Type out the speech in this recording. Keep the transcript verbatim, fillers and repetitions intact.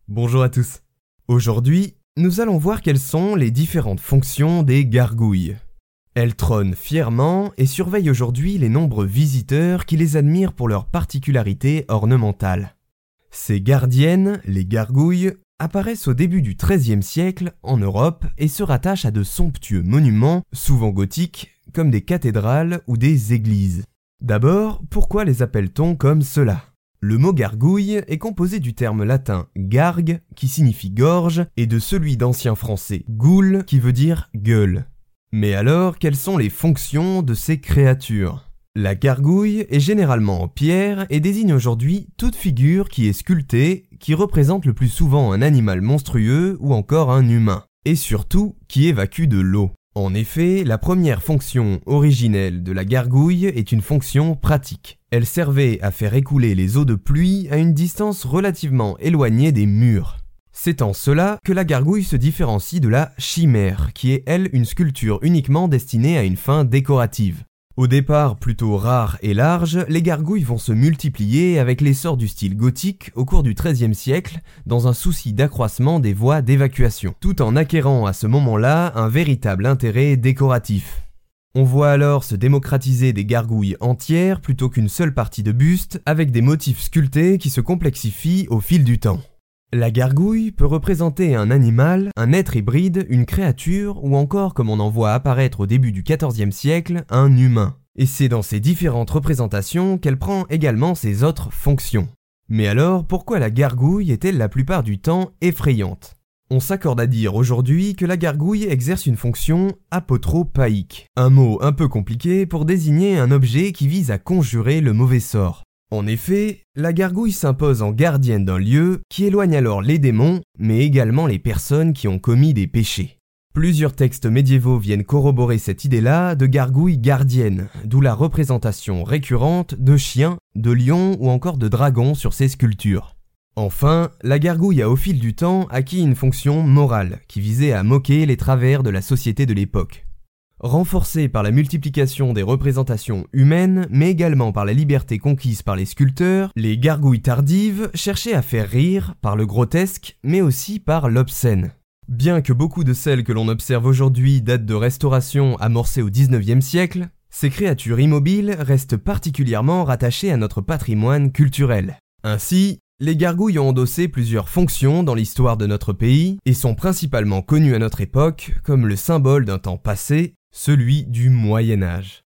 Bonjour à tous. Aujourd'hui, nous allons voir quelles sont les différentes fonctions des gargouilles. Elles trônent fièrement et surveillent aujourd'hui les nombreux visiteurs qui les admirent pour leurs particularités ornementales. Ces gardiennes, les gargouilles, apparaissent au début du treizième siècle en Europe et se rattachent à de somptueux monuments, souvent gothiques, comme des cathédrales ou des églises. D'abord, pourquoi les appelle-t-on comme cela ? Le mot gargouille est composé du terme latin gargue, qui signifie gorge, et de celui d'ancien français goule, qui veut dire gueule. Mais alors, quelles sont les fonctions de ces créatures ? La gargouille est généralement en pierre et désigne aujourd'hui toute figure qui est sculptée, qui représente le plus souvent un animal monstrueux ou encore un humain, et surtout qui évacue de l'eau. En effet, la première fonction originelle de la gargouille est une fonction pratique. Elle servait à faire écouler les eaux de pluie à une distance relativement éloignée des murs. C'est en cela que la gargouille se différencie de la chimère, qui est elle une sculpture uniquement destinée à une fin décorative. Au départ plutôt rare et large, les gargouilles vont se multiplier avec l'essor du style gothique au cours du treizième siècle dans un souci d'accroissement des voies d'évacuation, tout en acquérant à ce moment-là un véritable intérêt décoratif. On voit alors se démocratiser des gargouilles entières plutôt qu'une seule partie de buste avec des motifs sculptés qui se complexifient au fil du temps. La gargouille peut représenter un animal, un être hybride, une créature ou encore, comme on en voit apparaître au début du quatorzième siècle, un humain. Et c'est dans ces différentes représentations qu'elle prend également ses autres fonctions. Mais alors, pourquoi la gargouille est-elle la plupart du temps effrayante ? On s'accorde à dire aujourd'hui que la gargouille exerce une fonction apotropaïque, un mot un peu compliqué pour désigner un objet qui vise à conjurer le mauvais sort. En effet, la gargouille s'impose en gardienne d'un lieu qui éloigne alors les démons, mais également les personnes qui ont commis des péchés. Plusieurs textes médiévaux viennent corroborer cette idée-là de gargouille gardienne, d'où la représentation récurrente de chiens, de lions ou encore de dragons sur ces sculptures. Enfin, la gargouille a au fil du temps acquis une fonction morale qui visait à moquer les travers de la société de l'époque. Renforcée par la multiplication des représentations humaines, mais également par la liberté conquise par les sculpteurs, les gargouilles tardives cherchaient à faire rire par le grotesque, mais aussi par l'obscène. Bien que beaucoup de celles que l'on observe aujourd'hui datent de restaurations amorcées au dix-neuvième siècle, ces créatures immobiles restent particulièrement rattachées à notre patrimoine culturel. Ainsi, les gargouilles ont endossé plusieurs fonctions dans l'histoire de notre pays et sont principalement connues à notre époque comme le symbole d'un temps passé, celui du Moyen Âge.